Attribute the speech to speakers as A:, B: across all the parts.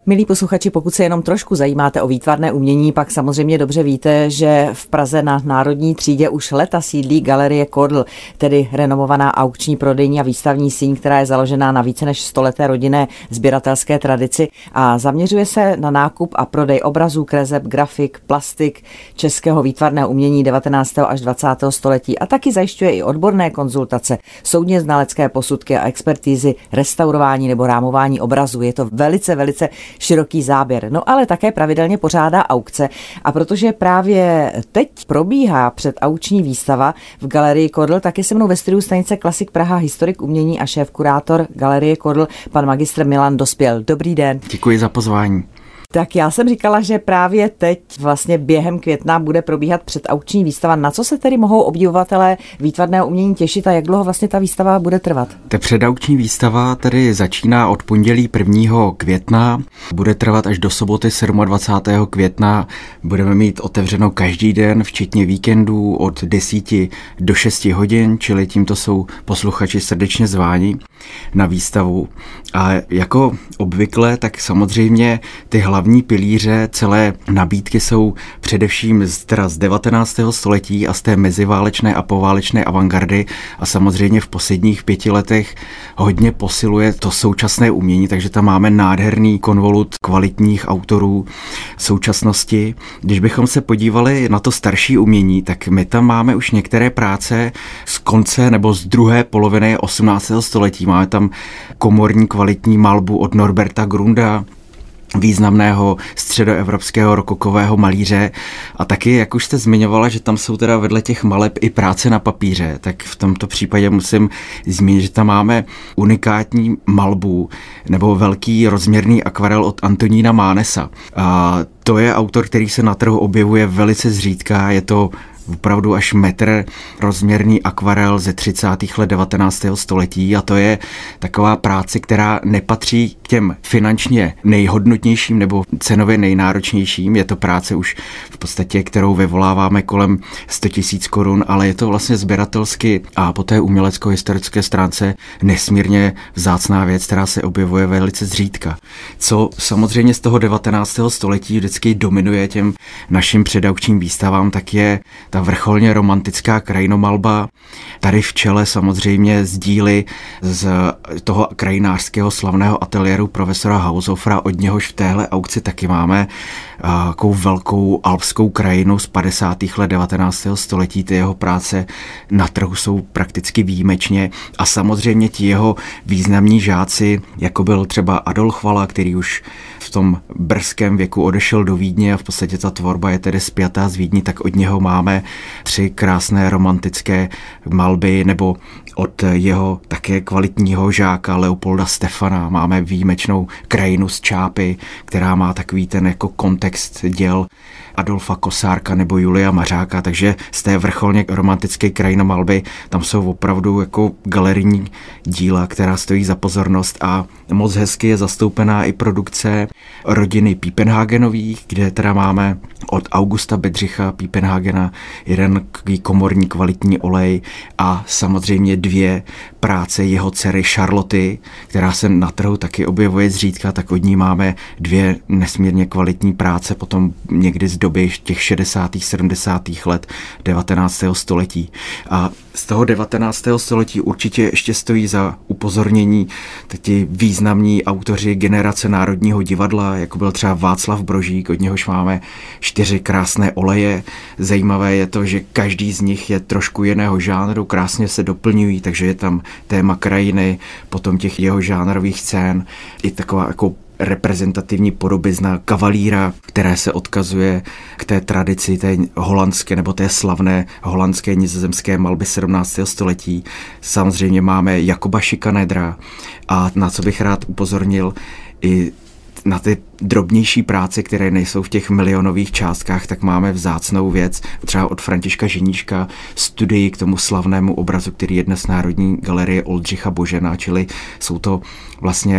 A: Milí posluchači, pokud se jenom trošku zajímáte o výtvarné umění, pak samozřejmě dobře víte, že v Praze na Národní třídě už leta sídlí Galerie Kodl, tedy renomovaná aukční, prodejní a výstavní síň, která je založená na více než 100leté rodinné sběratelské tradici a zaměřuje se na nákup a prodej obrazů, kreseb, grafik, plastik, českého výtvarného umění 19. až 20. století a taky zajišťuje i odborné konzultace, soudně znalecké posudky a expertízy, restaurování nebo rámování obrazů. Je to velice široký záběr. No ale také pravidelně pořádá aukce a protože právě teď probíhá předaukční výstava v Galerii Kodl, taky se mnou ve studiu stanice Klasik Praha historik umění a šéfkurátor Galerie Kodl, pan magistr Milan Dospěl. Dobrý den.
B: Děkuji za pozvání.
A: Tak já jsem říkala, že právě teď vlastně během května bude probíhat předaukční výstava. Na co se tedy mohou obdivovatelé výtvarného umění těšit a jak dlouho vlastně ta výstava bude trvat?
B: Ta předaukční výstava tedy začíná od pondělí 1. května, bude trvat až do soboty 27. května. Budeme mít otevřeno každý den, včetně víkendů od 10 do 6 hodin, čili tímto jsou posluchači srdečně zváni na výstavu. A jako obvykle, tak samozřejmě ty hlavní pilíře celé nabídky jsou především z 19. století a z té meziválečné a poválečné avantgardy a samozřejmě v posledních 5 letech hodně posiluje to současné umění, takže tam máme nádherný konvolut kvalitních autorů současnosti. Když bychom se podívali na to starší umění, tak my tam máme už některé práce z konce nebo z druhé poloviny 18. století. Máme tam komorní kvalitní malbu od Norberta Grunda, významného středoevropského rokokového malíře a taky, jak už jste zmiňovala, že tam jsou teda vedle těch maleb i práce na papíře, tak v tomto případě musím zmínit, že tam máme unikátní malbu nebo velký rozměrný akvarel od Antonína Mánesa. A to je autor, který se na trhu objevuje velice zřídka, je to opravdu až metr rozměrný akvarel ze 30. let 19. století a to je taková práce, která nepatří k těm finančně nejhodnotnějším nebo cenově nejnáročnějším. Je to práce už v podstatě, kterou vyvoláváme kolem 100 000 korun, ale je to vlastně sběratelsky a po té umělecko-historické stránce nesmírně vzácná věc, která se objevuje velice zřídka. Co samozřejmě z toho 19. století vždycky dominuje těm našim předaukčním výstavám, tak je ta vrcholně romantická krajinomalba. Tady v čele samozřejmě z díly z toho krajinářského slavného ateliéru profesora Haushofera, od něhož v téhle aukci taky máme takovou velkou alpskou krajinu z 50. let 19. století. Ty jeho práce na trhu jsou prakticky výjimečně a samozřejmě ti jeho významní žáci, jako byl třeba Adolf Valla, který už v tom brzkém věku odešel do Vídně a v podstatě ta tvorba je tedy spjatá z Vídní, tak od něho máme 3 krásné romantické malby, nebo od jeho také kvalitního žáka Leopolda Stefana máme výjimečnou krajinu z Čápy, která má takový ten jako kontext děl Adolfa Kosárka nebo Julia Mařáka, takže z té vrcholně romantické krajinomalby tam jsou opravdu jako galerijní díla, která stojí za pozornost a moc hezky je zastoupená i produkce rodiny Piepenhagenových, kde teda máme od Augusta Bedřicha Piepenhagena jeden komorní kvalitní olej a samozřejmě 2 práce jeho dcery Charloty, která se na trhu taky objevuje zřídka, tak od ní máme 2 nesmírně kvalitní práce potom někdy z doby těch 60. 70. let 19. století. A z toho 19. století určitě ještě stojí za upozornění ti významní autoři generace Národního divadla, jako byl třeba Václav Brožík, od něhož máme 4 krásné oleje. Zajímavé je to, že každý z nich je trošku jiného žánru, krásně se doplňují, takže je tam téma krajiny, potom těch jeho žánrových scén, i taková jako reprezentativní podobizna kavalíra, které se odkazuje k té tradici té holandské nebo té slavné holandské nizozemské malby 17. století. Samozřejmě máme Jakoba Schikanedra a na co bych rád upozornil i na ty drobnější práce, které nejsou v těch milionových částkách, tak máme vzácnou věc, třeba od Františka Ženíška, studii k tomu slavnému obrazu, který je dnes Národní galerie Oldřicha Božena, čili jsou to vlastně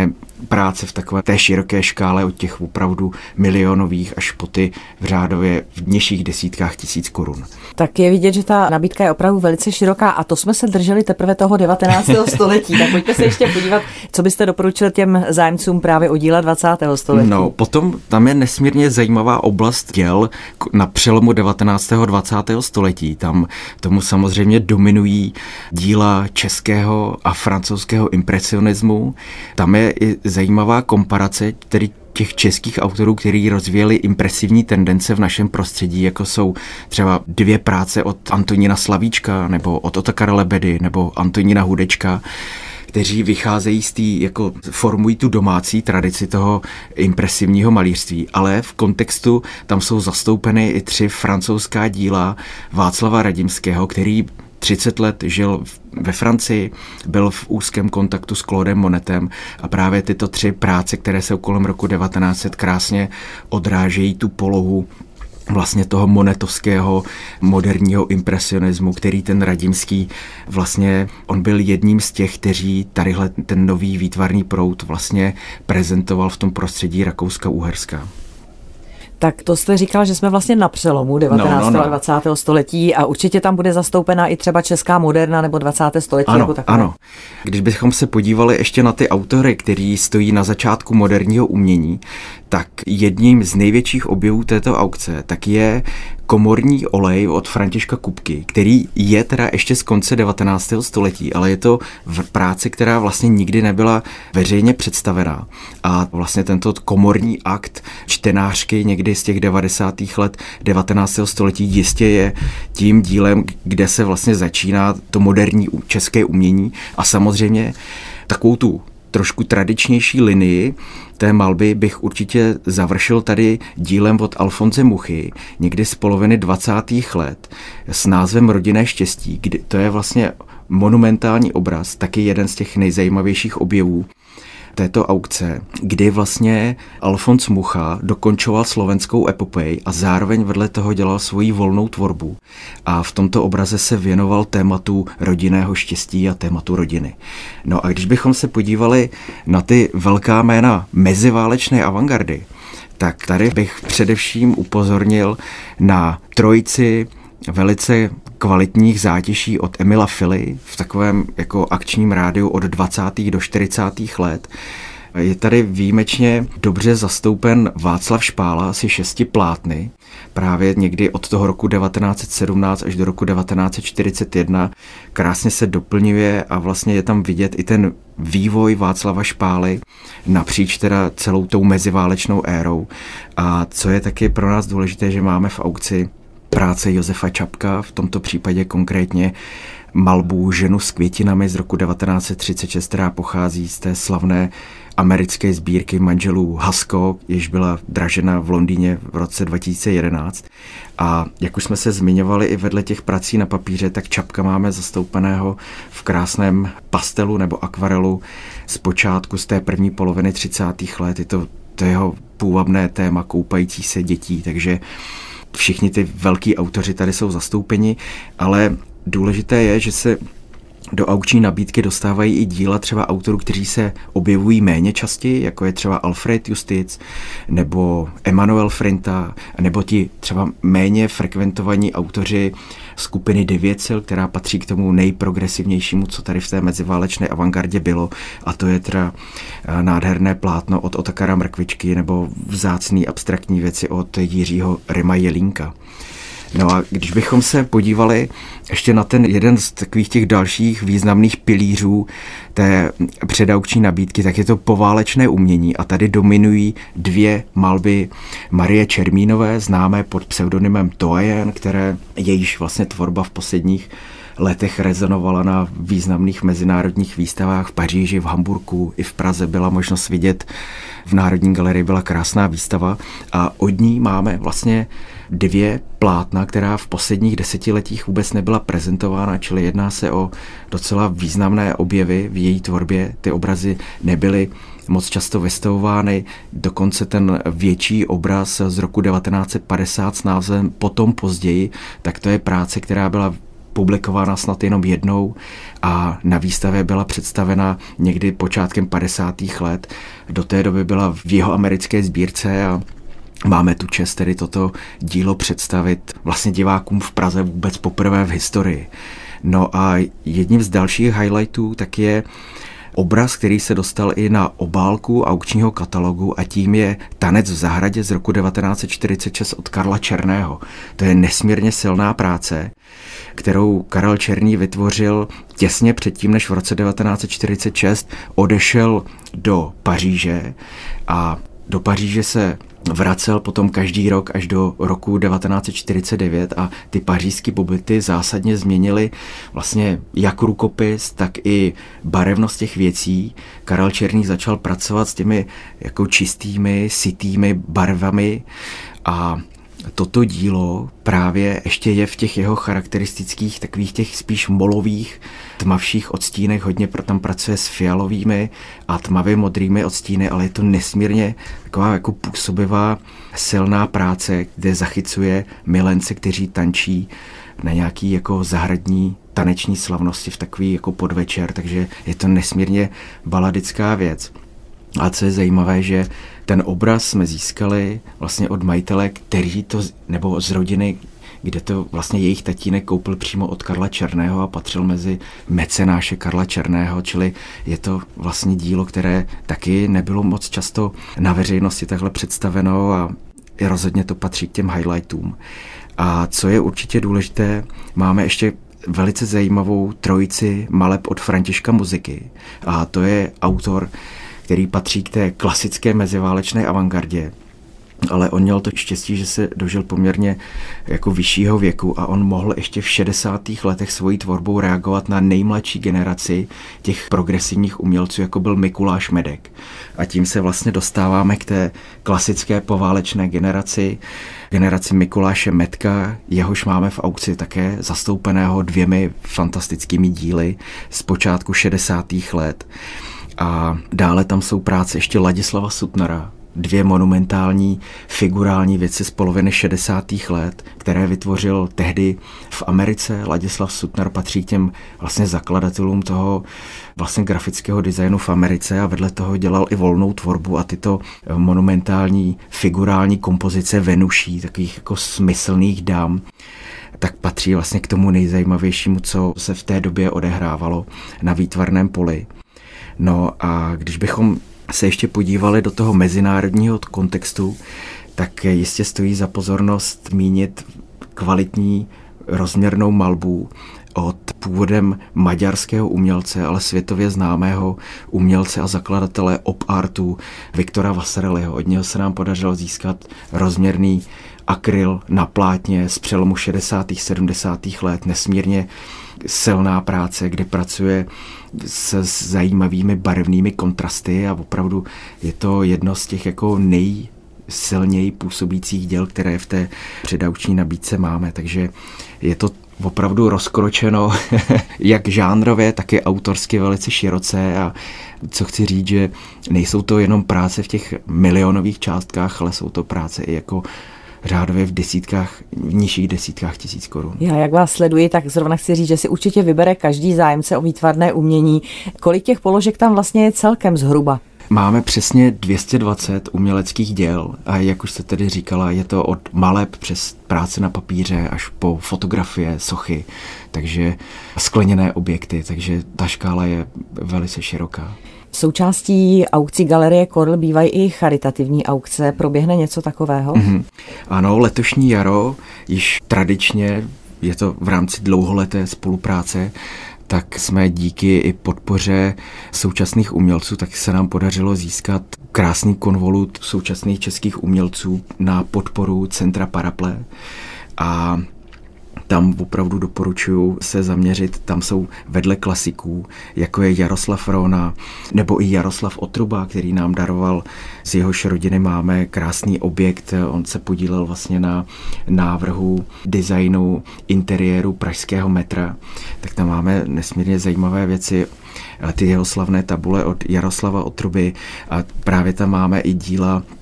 B: práce v takové té široké škále od těch opravdu milionových až po ty v řádově v nižších desítkách tisíc korun.
A: Tak je vidět, že ta nabídka je opravdu velice široká a to jsme se drželi teprve toho 19. století. Tak pojďme se ještě podívat, co byste doporučil těm zájemcům právě o díla 20. století.
B: No, potom tam je nesmírně zajímavá oblast děl na přelomu 19. a 20. století. Tam tomu samozřejmě dominují díla českého a francouzského impresionismu. Tam je i zajímavá komparace, který těch českých autorů, kteří rozvíjeli impresivní tendence v našem prostředí, jako jsou třeba 2 práce od Antonína Slavíčka, nebo od Otakara Lebedy, nebo Antonína Hudečka, kteří vycházejí z té, jako formují tu domácí tradici toho impresivního malířství, ale v kontextu tam jsou zastoupeny i 3 francouzská díla Václava Radimského, který 30 let žil ve Francii, byl v úzkém kontaktu s Claudem Monetem a právě tyto 3 práce, které jsou kolem roku 1900 krásně odrážejí tu polohu vlastně toho monetovského moderního impresionismu, který ten Radimský vlastně, on byl jedním z těch, kteří tadyhle ten nový výtvarný proud vlastně prezentoval v tom prostředí Rakouska-Uherska.
A: Tak to jste říkal, že jsme vlastně na přelomu 19. a 20. století a určitě tam bude zastoupena i třeba česká moderna nebo 20. století.
B: Ano,
A: jako takové.
B: ano. Když bychom se podívali ještě na ty autory, kteří stojí na začátku moderního umění, tak jedním z největších objevů této aukce tak je komorní olej od Františka Kupky, který je teda ještě z konce 19. století, ale je to práce, která vlastně nikdy nebyla veřejně představená. A vlastně tento komorní akt čtenářky někdy z těch 90. let 19. století jistě je tím dílem, kde se vlastně začíná to moderní české umění a samozřejmě takovou tu trošku tradičnější linii té malby bych určitě završil tady dílem od Alfonse Muchy, někdy z poloviny 20. let s názvem Rodinné štěstí, kdy to je vlastně monumentální obraz, taky jeden z těch nejzajímavějších objevů této aukce, kdy vlastně Alfons Mucha dokončoval slovenskou epopej a zároveň vedle toho dělal svoji volnou tvorbu. A v tomto obraze se věnoval tématu rodinného štěstí a tématu rodiny. No a když bychom se podívali na ty velká jména meziválečné avantgardy, tak tady bych především upozornil na trojici velice kvalitních zátiší od Emila Fily v takovém jako akčním rádiu od 20. do 40. let. Je tady výjimečně dobře zastoupen Václav Špála asi 6 plátny, právě někdy od toho roku 1917 až do roku 1941. Krásně se doplňuje a vlastně je tam vidět i ten vývoj Václava Špály napříč teda celou tou meziválečnou érou. A co je taky pro nás důležité, že máme v aukci práce Josefa Čapka, v tomto případě konkrétně malbu Ženu s květinami z roku 1936, která pochází z té slavné americké sbírky manželů Hasko, jež byla dražena v Londýně v roce 2011. A jak už jsme se zmiňovali i vedle těch prací na papíře, tak Čapka máme zastoupeného v krásném pastelu nebo akvarelu z počátku z té první poloviny 30. let. Je to jeho půvabné téma koupající se dětí, takže všichni ty velký autoři tady jsou zastoupeni, ale důležité je, že se do aukční nabídky dostávají i díla třeba autorů, kteří se objevují méně častěji, jako je třeba Alfred Justic nebo Emanuel Frinta, nebo ti třeba méně frekventovaní autoři skupiny Devěcel, která patří k tomu nejprogresivnějšímu, co tady v té meziválečné avantgardě bylo, a to je teda nádherné plátno od Otakara Mrkvičky nebo vzácný abstraktní věci od Jiřího Rima Jelínka. No a když bychom se podívali ještě na ten jeden z takových těch dalších významných pilířů té předaukční nabídky, tak je to poválečné umění a tady dominují 2 malby Marie Čermínové, známé pod pseudonymem Toajen, které jejíž vlastně tvorba v posledních letech rezonovala na významných mezinárodních výstavách v Paříži, v Hamburku i v Praze. Byla možnost vidět, v Národní galerii byla krásná výstava a od ní máme vlastně 2 plátna, která v posledních desetiletích vůbec nebyla prezentována, čili jedná se o docela významné objevy v její tvorbě. Ty obrazy nebyly moc často vystavovány, dokonce ten větší obraz z roku 1950 s názvem Potom později, tak to je práce, která byla publikována snad jenom jednou a na výstavě byla představena někdy počátkem 50. let. Do té doby byla v jihoamerické sbírce a máme tu čest tedy toto dílo představit vlastně divákům v Praze vůbec poprvé v historii. No a jedním z dalších highlightů tak je obraz, který se dostal i na obálku aukčního katalogu a tím je Tanec v zahradě z roku 1946 od Karla Černého. To je nesmírně silná práce, kterou Karel Černý vytvořil těsně předtím, než v roce 1946 odešel do Paříže a do Paříže se vracel potom každý rok až do roku 1949 a ty pařížské pobyty zásadně změnily vlastně jak rukopis, tak i barevnost těch věcí. Karel Černý začal pracovat s těmi jako čistými, sytými barvami a toto dílo právě ještě je v těch jeho charakteristických, takových těch spíš molových, tmavších odstínech, hodně tam pracuje s fialovými a tmavě modrými odstíny, ale je to nesmírně taková jako působivá, silná práce, kde zachycuje milence, kteří tančí na nějaký jako zahradní taneční slavnosti v takový jako podvečer, takže je to nesmírně baladická věc. A co je zajímavé, že ten obraz jsme získali vlastně od majitele, který to, nebo z rodiny, kde to vlastně jejich tatínek koupil přímo od Karla Černého a patřil mezi mecenáše Karla Černého, čili je to vlastně dílo, které taky nebylo moc často na veřejnosti takhle představeno a rozhodně to patří k těm highlightům. A co je určitě důležité, máme ještě velice zajímavou trojici maleb od Františka Muziky a to je autor, který patří k té klasické meziválečné avantgardě, ale on měl to štěstí, že se dožil poměrně jako vyššího věku a on mohl ještě v 60. letech svojí tvorbou reagovat na nejmladší generaci těch progresivních umělců, jako byl Mikuláš Medek. A tím se vlastně dostáváme k té klasické poválečné generaci Mikuláše Medka, jehož máme v aukci také zastoupeného 2 fantastickými díly z počátku 60. let. A dále tam jsou práce ještě Ladislava Sutnara, 2 monumentální figurální věci z poloviny 60. let, které vytvořil tehdy v Americe. Ladislav Sutnar patří k těm vlastně zakladatelům toho vlastně grafického designu v Americe a vedle toho dělal i volnou tvorbu a tyto monumentální figurální kompozice Venuší, takových jako smyslných dám, tak patří vlastně k tomu nejzajímavějšímu, co se v té době odehrávalo na výtvarném poli. No a když bychom se ještě podívali do toho mezinárodního kontextu, tak jistě stojí za pozornost mínit kvalitní rozměrnou malbu od původem maďarského umělce, ale světově známého umělce a zakladatele op-artu Viktora Vasarelyho. Od něho se nám podařilo získat rozměrný akryl na plátně z přelomu 60. 70. let, nesmírně silná práce, kde pracuje se zajímavými barevnými kontrasty a opravdu je to jedno z těch jako nejsilněji působících děl, které v té předaukční nabídce máme, takže je to opravdu rozkročeno jak žánrově, tak i autorsky velice široce a co chci říct, že nejsou to jenom práce v těch milionových částkách, ale jsou to práce i jako řádově v nižších desítkách tisíc korun.
A: Já jak vás sleduji, tak zrovna chci říct, že si určitě vybere každý zájemce o výtvarné umění. Kolik těch položek tam vlastně je celkem zhruba?
B: Máme přesně 220 uměleckých děl a jak už jste tedy říkala, je to od maleb přes práce na papíře až po fotografie, sochy, takže skleněné objekty, takže ta škála je velice široká.
A: Součástí aukcí Galerie Korl bývají i charitativní aukce. Proběhne něco takového?
B: Ano, letošní jaro již tradičně, je to v rámci dlouholeté spolupráce, tak jsme díky i podpoře současných umělců, tak se nám podařilo získat krásný konvolut současných českých umělců na podporu Centra Paraple a tam opravdu doporučuji se zaměřit, tam jsou vedle klasiků, jako je Jaroslav Róna, nebo i Jaroslav Otruba, který nám daroval, z jehož rodiny máme krásný objekt, on se podílel vlastně na návrhu designu interiéru pražského metra, tak tam máme nesmírně zajímavé věci, ty jeho slavné tabule od Jaroslava Otruby a právě tam máme i díla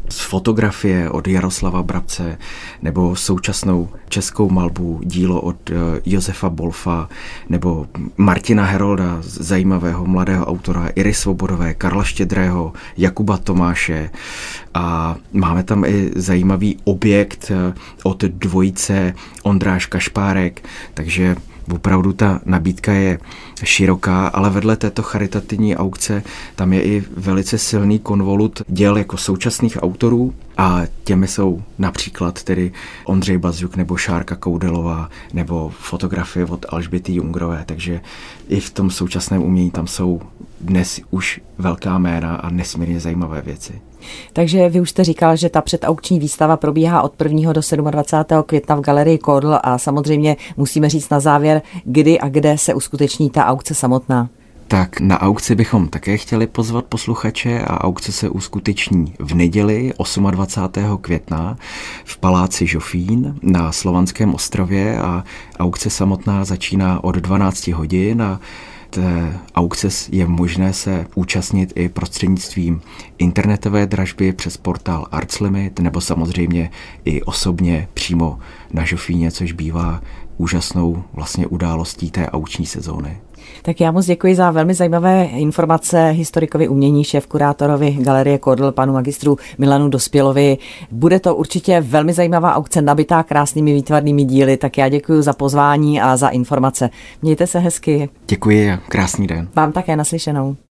B: z fotografie od Jaroslava Brabce nebo současnou českou malbu, dílo od Josefa Bolfa nebo Martina Herolda, zajímavého mladého autora, Iry Svobodové, Karla Štědrého, Jakuba Tomáše a máme tam i zajímavý objekt od dvojice Ondráš Kašpárek, takže opravdu ta nabídka je široká, ale vedle této charitativní aukce tam je i velice silný konvolut děl jako současných autorů a těmi jsou například tedy Ondřej Bazuk nebo Šárka Koudelová nebo fotografie od Alžběty Jungrové, takže i v tom současném umění tam jsou dnes už velká jména a nesmírně zajímavé věci.
A: Takže vy už jste říkal, že ta předaukční výstava probíhá od 1. do 27. května v galerii Kodl a samozřejmě musíme říct na závěr, kdy a kde se uskuteční ta aukce samotná.
B: Tak na aukci bychom také chtěli pozvat posluchače a aukce se uskuteční v neděli 28. května v paláci Žofín na Slovanském ostrově a aukce samotná začíná od 12 hodin a té aukce je možné se účastnit i prostřednictvím internetové dražby přes portál Arts Limit nebo samozřejmě i osobně přímo na Žofíně, což bývá úžasnou vlastně událostí té aukční sezóny.
A: Tak já moc děkuji za velmi zajímavé informace historikovi umění, šéfkurátorovi galerie Kodl, panu magistru Milanu Dospělovi. Bude to určitě velmi zajímavá aukce, nabitá krásnými výtvarnými díly, tak já děkuji za pozvání a za informace. Mějte se hezky.
B: Děkuji a krásný den.
A: Vám také, naslyšenou.